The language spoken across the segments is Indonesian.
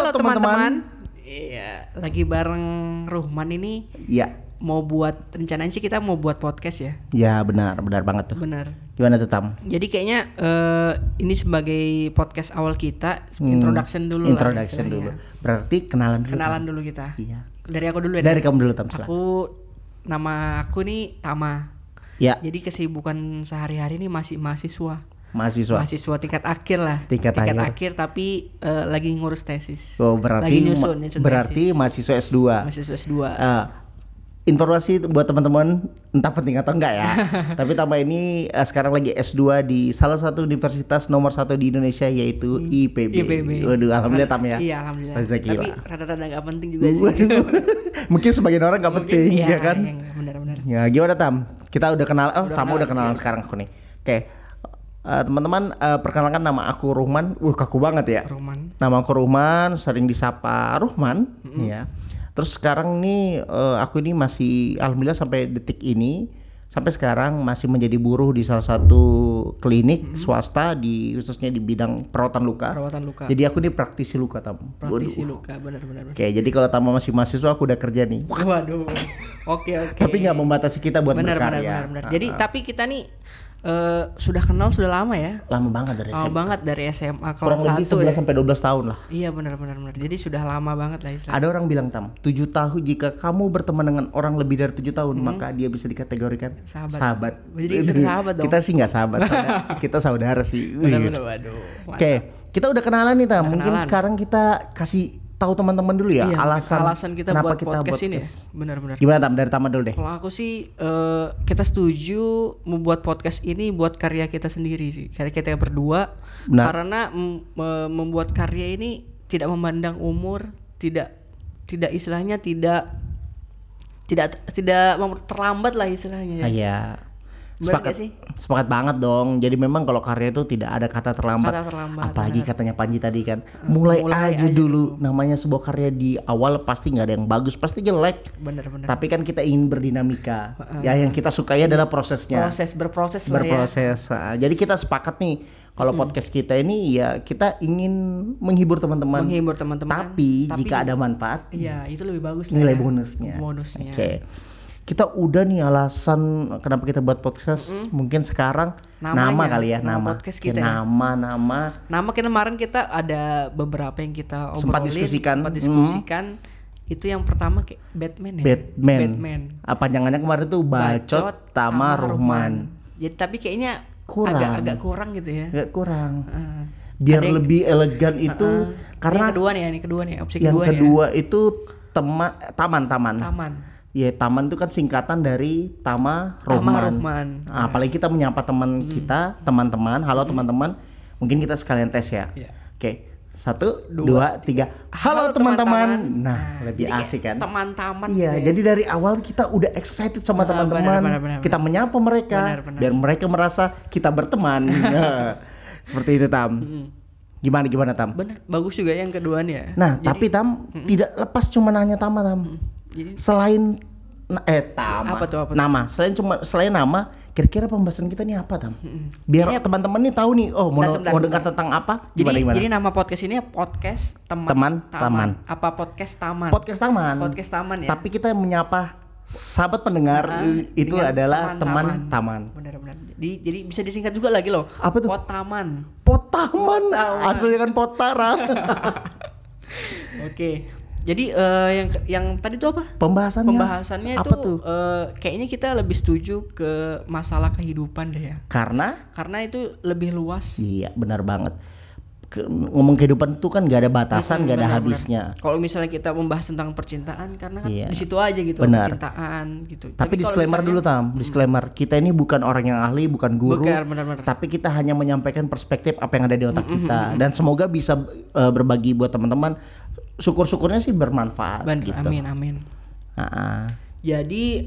Halo teman-teman. Iya, lagi bareng Ruhman ini. Iya. Mau buat rencananya sih kita mau buat podcast ya. Ya benar banget tuh. Benar. Gimana tuh Tam? Jadi kayaknya ini sebagai podcast awal kita, introduction dulu. Introduction dulu. Berarti kenalan dulu. Kenalan dulu kita. Iya. Dari aku dulu ya. Dari kamu dulu Tam. Nama aku nih Tama. Ya. Jadi kesibukan sehari-hari ini masih mahasiswa tingkat akhir lah. Tingkat akhir tapi lagi ngurus tesis. Oh, berarti lagi nyusun berarti tesis. mahasiswa S2. Informasi buat teman-teman entah penting atau enggak ya. Tapi Tama ini sekarang lagi S2 di salah satu universitas nomor 1 di Indonesia yaitu IPB. Waduh, alhamdulillah Tam ya. Iya, alhamdulillah. Rezeki tapi lah. rada-rada enggak penting juga sih. Mungkin sebagian orang enggak penting ya kan. Iya, benar-benar. Ya, gimana Tam? Kita udah kenal. Tamu udah kenalan iya. sekarang aku nih. Oke. Teman-teman, perkenalkan nama aku Ruhman. Kaku banget ya. Ruhman. Nama aku Ruhman, sering disapa Ruhman, ya. Terus sekarang nih aku ini masih alhamdulillah sampai detik ini sampai sekarang masih menjadi buruh di salah satu klinik swasta khususnya di bidang perawatan luka. Jadi aku nih praktisi luka Tam. Praktisi luka, benar-benar. Oke, jadi kalau Tama masih mahasiswa aku udah kerja nih. Waduh. Oke. Tapi nggak membatasi kita buat berkarya. Benar. Jadi tapi kita nih sudah kenal sudah lama ya. Lama banget dari SMA. Lama banget dari SMA kurang kelas 1 lebih 11 sampai 12 tahun lah. Iya benar. Jadi sudah lama banget lah istilahnya. Ada orang bilang Tam, 7 tahun jika kamu berteman dengan orang lebih dari 7 tahun maka dia bisa dikategorikan sahabat. Jadi sahabat dong. Kita sih nggak sahabat, kita saudara sih. Benar, waduh. Oke, kita udah kenalan nih Tam. Mungkin sekarang kita kasih tahu teman-teman dulu ya alasan kita kenapa buat kita podcast ini. podcast. Benar. Gimana Tam? Dari Tama dulu deh. Kalau aku sih kita setuju membuat podcast ini buat karya kita sendiri sih. Karya kita berdua. Benar. Karena membuat karya ini tidak memandang umur, tidak istilahnya tidak terlambat lah istilahnya ya. Iya. Sepakat banget dong. Jadi memang kalau karya itu tidak ada kata terlambat. Apalagi katanya Panji tadi kan. Mulai aja dulu. Namanya sebuah karya di awal pasti nggak ada yang bagus, pasti jelek. Bener. Tapi kan kita ingin berdinamika. Ya yang kita sukai adalah prosesnya. Berproses. Jadi kita sepakat nih. Kalau podcast kita ini ya kita ingin menghibur teman-teman. Tapi jika ada manfaat, iya itu lebih bagus. Nilai bonusnya. Oke. Kita udah nih alasan kenapa kita buat podcast. Mungkin sekarang nama kali ya, nama podcast kita. Nama kemarin kita ada beberapa yang kita obrolin, sempat diskusikan. Itu yang pertama kayak Batman. Panjangannya kemarin tuh Bacot Tama Ruhman. Jadi tapi kayaknya agak kurang gitu ya. Agak kurang. Biar lebih elegan itu karena ini kedua nih opsi yang kedua itu Taman. Ya, Taman itu kan singkatan dari Tama Ruhman. Apalagi kita menyapa teman kita, teman-teman. Halo teman-teman. Mungkin kita sekalian tes ya. Oke. 1, 2, 3. Halo teman-teman. Nah, lebih asik kan? Teman-teman. Iya, jadi dari awal kita udah excited sama teman-teman. Benar. Kita menyapa mereka biar mereka merasa kita berteman. Seperti itu Tam. Gimana Tam? Benar, bagus juga yang kedua nih ya. Nah, tapi Tam tidak lepas cuma nanya Tama Tam. Jadi, selain Tama. Apa tuh? Nama. Selain nama, kira-kira pembahasan kita nih apa Tam? Biar teman-teman nih tahu nih. Mau dengar tentang apa? Gimana? Jadi nama podcast ini podcast Taman. Apa podcast Taman? Podcast Taman ya. Tapi kita menyapa sahabat pendengar itu adalah teman Taman. Benar. Jadi bisa disingkat juga lagi loh. Apa tuh? Pot Taman. Aslinya kan Potara. Oke. Jadi yang tadi itu apa? apa Pembahasannya itu tuh? Kayaknya kita lebih setuju ke masalah kehidupan deh ya. Karena itu lebih luas. Iya, benar banget. Ngomong kehidupan itu kan gak ada batasan, gak ada habisnya. Kalau misalnya kita membahas tentang percintaan karena kan di situ aja gitu, percintaan gitu. Tapi disclaimer dulu Tam, disclaimer. Kita ini bukan orang yang ahli, bukan guru. Benar. Tapi kita hanya menyampaikan perspektif apa yang ada di otak kita dan semoga bisa berbagi buat teman-teman. Syukur-syukurnya sih bermanfaat gitu. Amin. Jadi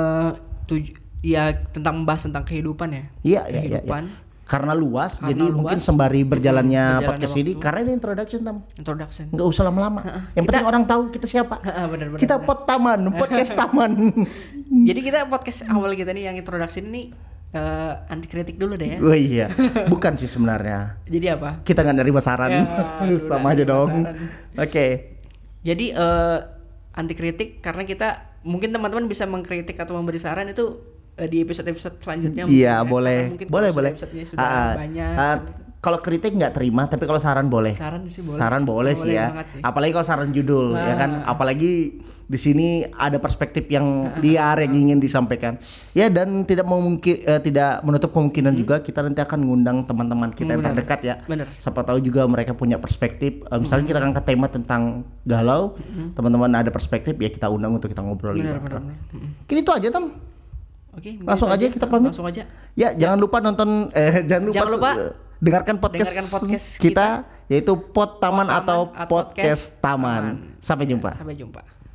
membahas tentang kehidupan ya. Iya. Karena luas, jadi mungkin sembari berjalannya podcast ini, karena ini introduction Tam. Nggak usah lama-lama. Yang penting orang tahu kita siapa. Benar. Kita podcast Taman. Jadi kita podcast awal kita nih yang introduction ini anti kritik dulu deh ya. Oh iya, bukan sih sebenarnya. Jadi apa? Kita nggak nerima saran, sama aja dong. Oke. Jadi anti kritik karena kita mungkin teman-teman bisa mengkritik atau memberi saran itu di episode-episode selanjutnya. Iya boleh, boleh. Episode-nya sudah banyak. Kalau kritik nggak terima, tapi kalau saran boleh. Saran sih boleh. Saran boleh sih ya. Sih. Apalagi kalau saran judul, ya kan. Apalagi di sini ada perspektif yang liar yang ingin disampaikan. Ya dan tidak menutup kemungkinan juga kita nanti akan ngundang teman-teman kita yang terdekat ya. Bener. Siapa tahu juga mereka punya perspektif. Misalnya kita akan ke tema tentang galau, teman-teman ada perspektif ya kita undang untuk kita ngobrolin. Bener. Kini itu aja Tam. Oke, langsung aja kita pamit. Langsung aja. Ya, jangan lupa nonton jangan lupa dengarkan podcast kita yaitu Pod Taman atau Podcast Taman. Sampai jumpa.